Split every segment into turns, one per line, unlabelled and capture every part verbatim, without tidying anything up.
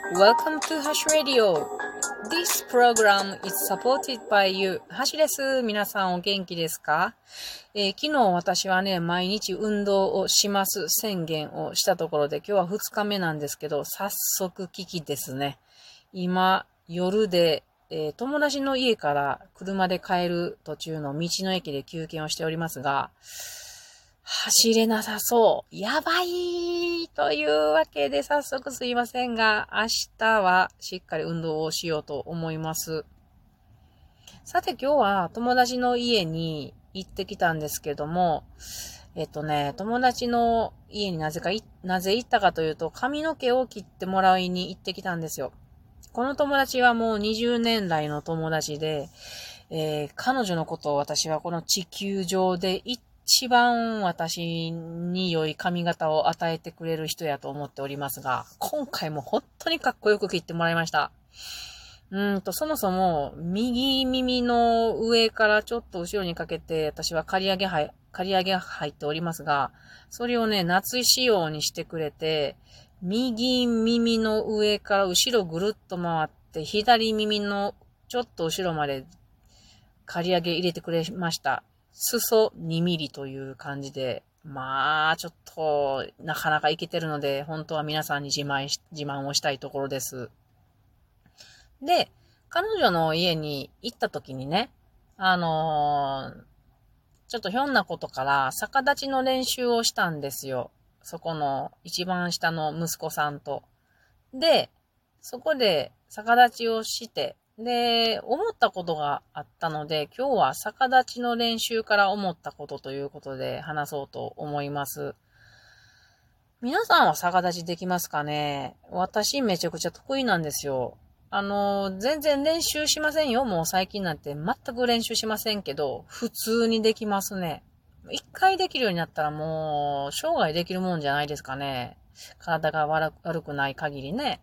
Welcome to Hash Radio. This program is supported by you. ハシです。皆さんお元気ですか？えー、昨日私はね、毎日運動をします宣言をしたところで、今日はふつかめなんですけど、早速危機ですね。今、夜で、えー、友達の家から車で帰る途中の道の駅で休憩をしておりますが、走れなさそう。やばいというわけで早速すいませんが、明日はしっかり運動をしようと思います。さて今日は友達の家に行ってきたんですけども、えっとね、友達の家になぜかい、なぜ行ったかというと、髪の毛を切ってもらいに行ってきたんですよ。この友達はもうにじゅうねん来の友達で、えー、彼女のことを私はこの地球上で一番私に良い髪型を与えてくれる人やと思っておりますが、今回も本当にかっこよく切ってもらいました。うーんと、そもそも右耳の上からちょっと後ろにかけて私は刈り上げ入、刈り上げ入っておりますが、それをね、夏仕様にしてくれて、右耳の上から後ろぐるっと回って、左耳のちょっと後ろまで刈り上げ入れてくれました。裾にミリという感じで、まあ、ちょっと、なかなかいけてるので、本当は皆さんに自慢し、自慢をしたいところです。で、彼女の家に行った時にね、あのー、ちょっとひょんなことから逆立ちの練習をしたんですよ。そこの一番下の息子さんと。で、そこで逆立ちをして、で、思ったことがあったので、今日は逆立ちの練習から思ったことということで話そうと思います。皆さんは逆立ちできますかね？私めちゃくちゃ得意なんですよ。あの、全然練習しませんよ。もう最近なんて全く練習しませんけど、普通にできますね。一回できるようになったらもう、生涯できるもんじゃないですかね。体が悪くない限りね。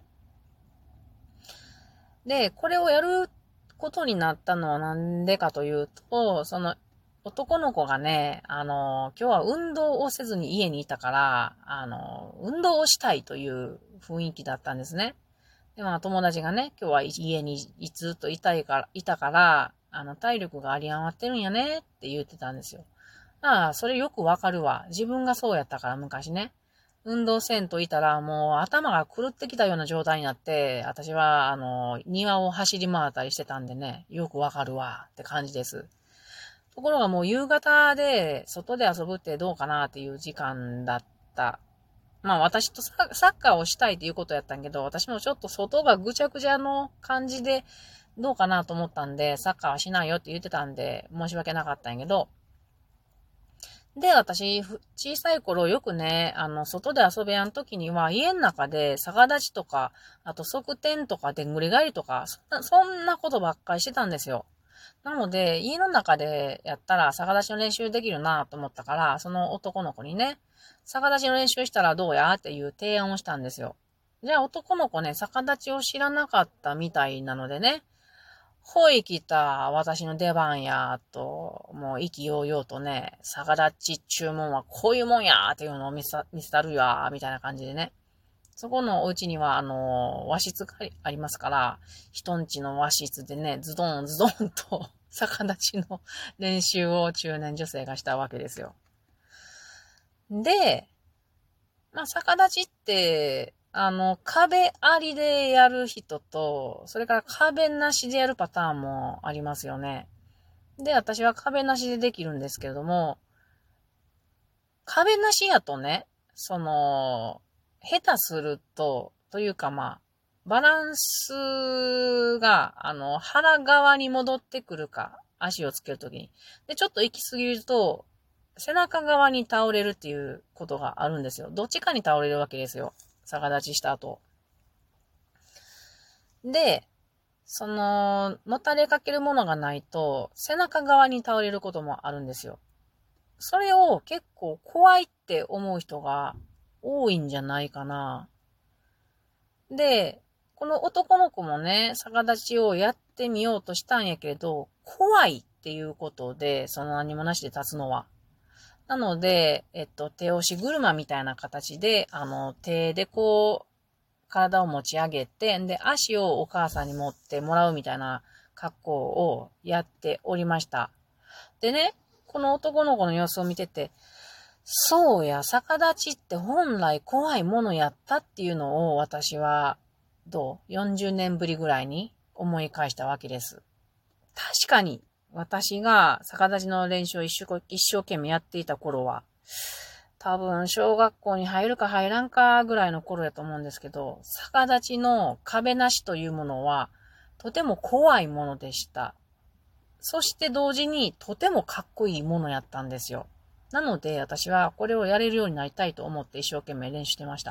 で、これをやることになったのはなんでかというと、その男の子がね、あの、今日は運動をせずに家にいたから、あの、運動をしたいという雰囲気だったんですね。で、まあ友達がね、今日は家にずっといたいから、いたから、あの、体力が有り余ってるんやねって言ってたんですよ。ああ、それよくわかるわ。自分がそうやったから昔ね。運動せんといたらもう頭が狂ってきたような状態になって、私はあの、庭を走り回ったりしてたんでね、よくわかるわって感じです。ところがもう夕方で外で遊ぶってどうかなっていう時間だった。まあ私とサッカーをしたいっていうことやったんけど、私もちょっと外がぐちゃぐちゃの感じでどうかなと思ったんで、サッカーはしないよって言ってたんで、申し訳なかったんやけど、で、私、小さい頃よくね、あの、外で遊べやん時には、家の中で逆立ちとか、あと側転とかでんぐり返りとか、そんな、そんなことばっかりしてたんですよ。なので、家の中でやったら逆立ちの練習できるなと思ったから、その男の子にね、逆立ちの練習したらどうやっていう提案をしたんですよ。じゃあ男の子ね、逆立ちを知らなかったみたいなのでね、ほい来た私の出番やと、もう意気揚々とね、逆立ち注文はこういうもんやっていうのを見せ、見せたるやみたいな感じでね。そこのお家には、あの、和室がありますから、人んちの和室でね、ズドンズドンと逆立ちの練習を中年女性がしたわけですよ。で、まあ、逆立ちって、あの、壁ありでやる人と、それから壁なしでやるパターンもありますよね。で、私は壁なしでできるんですけれども、壁なしやとね、その、下手すると、というかまあ、バランスが、あの、腹側に戻ってくるか、足をつけるときに。で、ちょっと行き過ぎると、背中側に倒れるっていうことがあるんですよ。どっちかに倒れるわけですよ。逆立ちした後。で、その、もたれかけるものがないと、背中側に倒れることもあるんですよ。それを結構怖いって思う人が多いんじゃないかな。で、この男の子もね、逆立ちをやってみようとしたんやけれど、怖いっていうことで、その何もなしで立つのは。なので、えっと、手押し車みたいな形で、あの、手でこう、 体を持ち上げて、で、足をお母さんに持ってもらうみたいな格好をやっておりました。でね、この男の子の様子を見てて、そうや、逆立ちって本来怖いものやったっていうのを私は、どう ?よんじゅう 年ぶりぐらいに思い返したわけです。確かに、私が逆立ちの練習を一生、一生懸命やっていた頃は、多分、小学校に入るか入らんかぐらいの頃やと思うんですけど、逆立ちの壁なしというものは、とても怖いものでした。そして同時に、とてもかっこいいものやったんですよ。なので、私はこれをやれるようになりたいと思って一生懸命練習してました。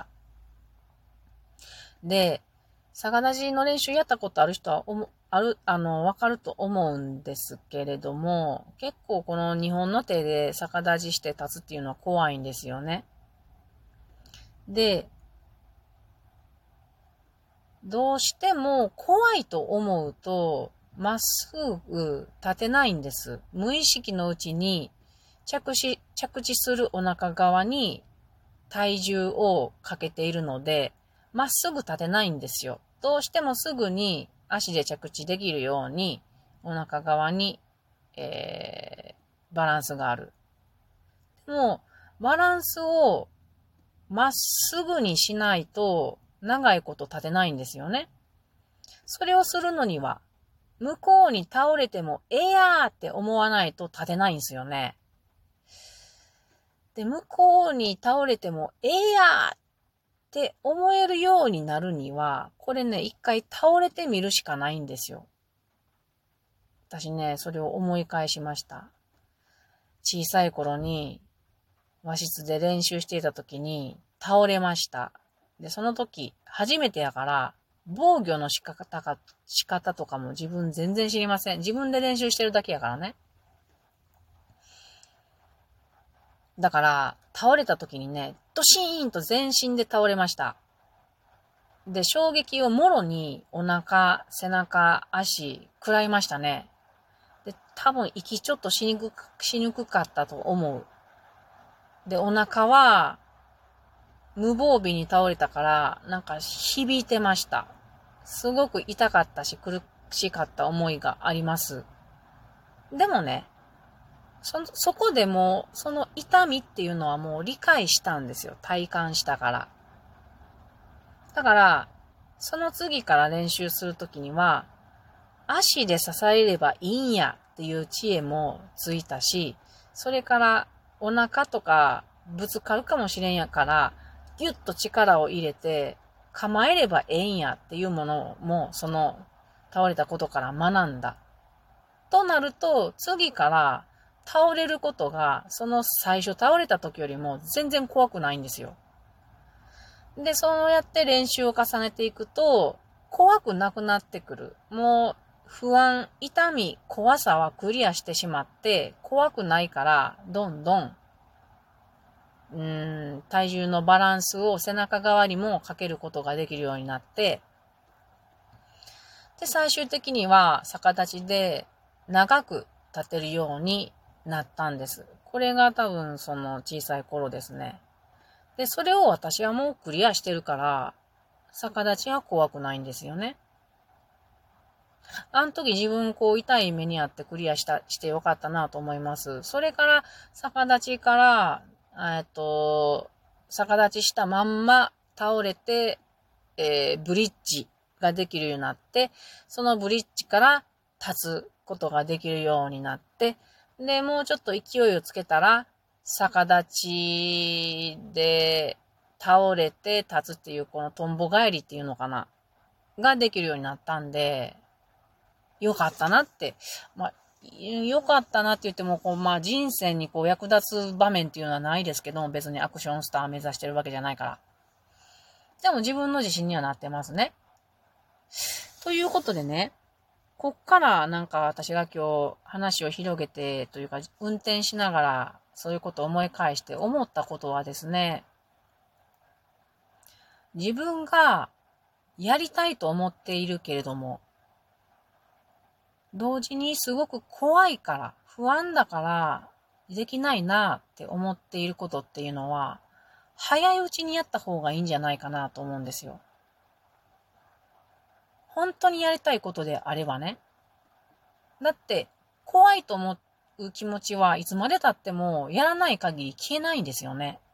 で、逆立ちの練習やったことある人は、ある、あの、わかると思うんですけれども、結構この日本の手で逆立ちして立つっていうのは怖いんですよね。で、どうしても怖いと思うと、まっすぐ立てないんです。無意識のうちに着地、着地するお腹側に体重をかけているので、まっすぐ立てないんですよ。どうしてもすぐに足で着地できるように、お腹側に、えー、バランスがある。でも、バランスをまっすぐにしないと、長いこと立てないんですよね。それをするのには、向こうに倒れてもええやーって思わないと立てないんですよね。で、向こうに倒れてもええやーって思えるようになるには、これね、一回倒れてみるしかないんですよ。私ね、それを思い返しました。小さい頃に和室で練習していた時に倒れました。で、その時、初めてやから、防御の仕方か、仕方とかも自分全然知りません。自分で練習してるだけやからね。だから、倒れた時にね、ドシーンと全身で倒れました。で、衝撃をもろにお腹、背中、足、食らいましたね。で、多分息ちょっとしにくく、しにくかったと思う。で、お腹は、無防備に倒れたから、なんか響いてました。すごく痛かったし、苦しかった思いがあります。でもね、そ、そこでも、その痛みっていうのはもう理解したんですよ。体感したから。だから、その次から練習するときには、足で支えればいいんやっていう知恵もついたし、それからお腹とかぶつかるかもしれんやから、ぎゅっと力を入れて構えればええんやっていうものも、その倒れたことから学んだ。となると、次から倒れることが、その最初倒れた時よりも全然怖くないんですよ。で、そうやって練習を重ねていくと、怖くなくなってくる。もう、不安、痛み、怖さはクリアしてしまって、怖くないから、どんどん、うーん、体重のバランスを背中側にもかけることができるようになって、で、最終的には逆立ちで長く立てるようになったんです。これが多分その小さい頃ですね。で、それを私はもうクリアしてるから、逆立ちは怖くないんですよね。あの時自分こう痛い目にあってクリアした、してよかったなと思います。それから、逆立ちから、えっと、逆立ちしたまんま倒れて、えー、ブリッジができるようになって、そのブリッジから立つことができるようになって、で、もうちょっと勢いをつけたら、逆立ちで倒れて立つっていう、このトンボ返りっていうのかなができるようになったんで、よかったなって。まあ、よかったなって言っても、こう、まあ人生にこう役立つ場面っていうのはないですけど、別にアクションスター目指してるわけじゃないから。でも自分の自信にはなってますね。ということでね、こっからなんか私が今日話を広げてというか運転しながらそういうことを思い返して思ったことはですね、自分がやりたいと思っているけれども、同時にすごく怖いから、不安だからできないなって思っていることっていうのは、早いうちにやった方がいいんじゃないかなと思うんですよ。 本当にやりたいことであればね。だって、怖いと思う気持ちはいつまで経ってもやらない限り消えないんですよね。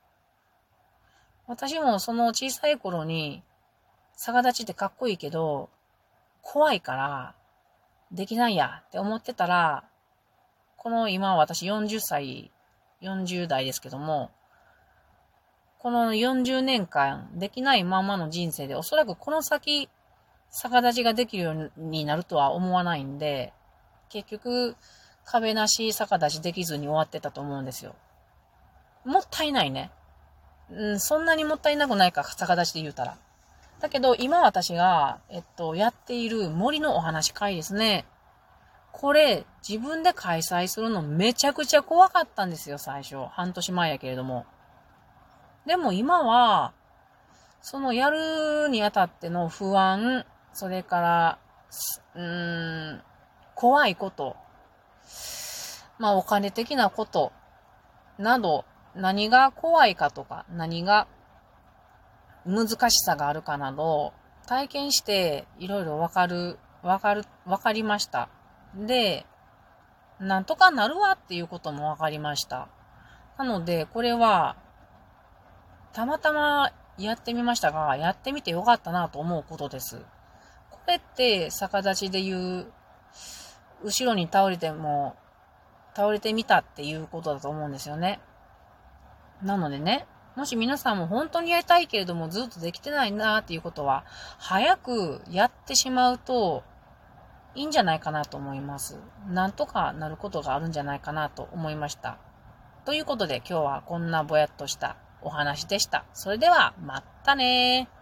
私もその小さい頃に、逆立ちってかっこいいけど、怖いから、できないやって思ってたら、この今私よんじゅっさい、よんじゅう代ですけども、このよんじゅうねんかんできないままの人生でおそらくこの先逆立ちができるようになるとは思わないんで、結局壁なし逆立ちできずに終わってたと思うんですよ。もったいないね。うん、そんなにもったいなくないか、逆立ちで言うたら。だけど今私が、えっと、やっている森のお話会ですね。これ自分で開催するのめちゃくちゃ怖かったんですよ、最初。半年前やけれども。でも今は、そのやるにあたっての不安、それから、うーん、怖いこと、まあお金的なことなど、何が怖いかとか、何が難しさがあるかなど、体験していろいろわかる、わかる、わかりました。で、なんとかなるわっていうこともわかりました。なので、これは、たまたまやってみましたが、やってみてよかったなと思うことです。これって、逆立ちで言う、後ろに倒れても、倒れてみたっていうことだと思うんですよね。なのでね、もし皆さんも本当にやりたいけれどもずっとできてないなっていうことは、早くやってしまうといいんじゃないかなと思います。なんとかなることがあるんじゃないかなと思いました。ということで今日はこんなぼやっとしたお話でした。それではまたねー。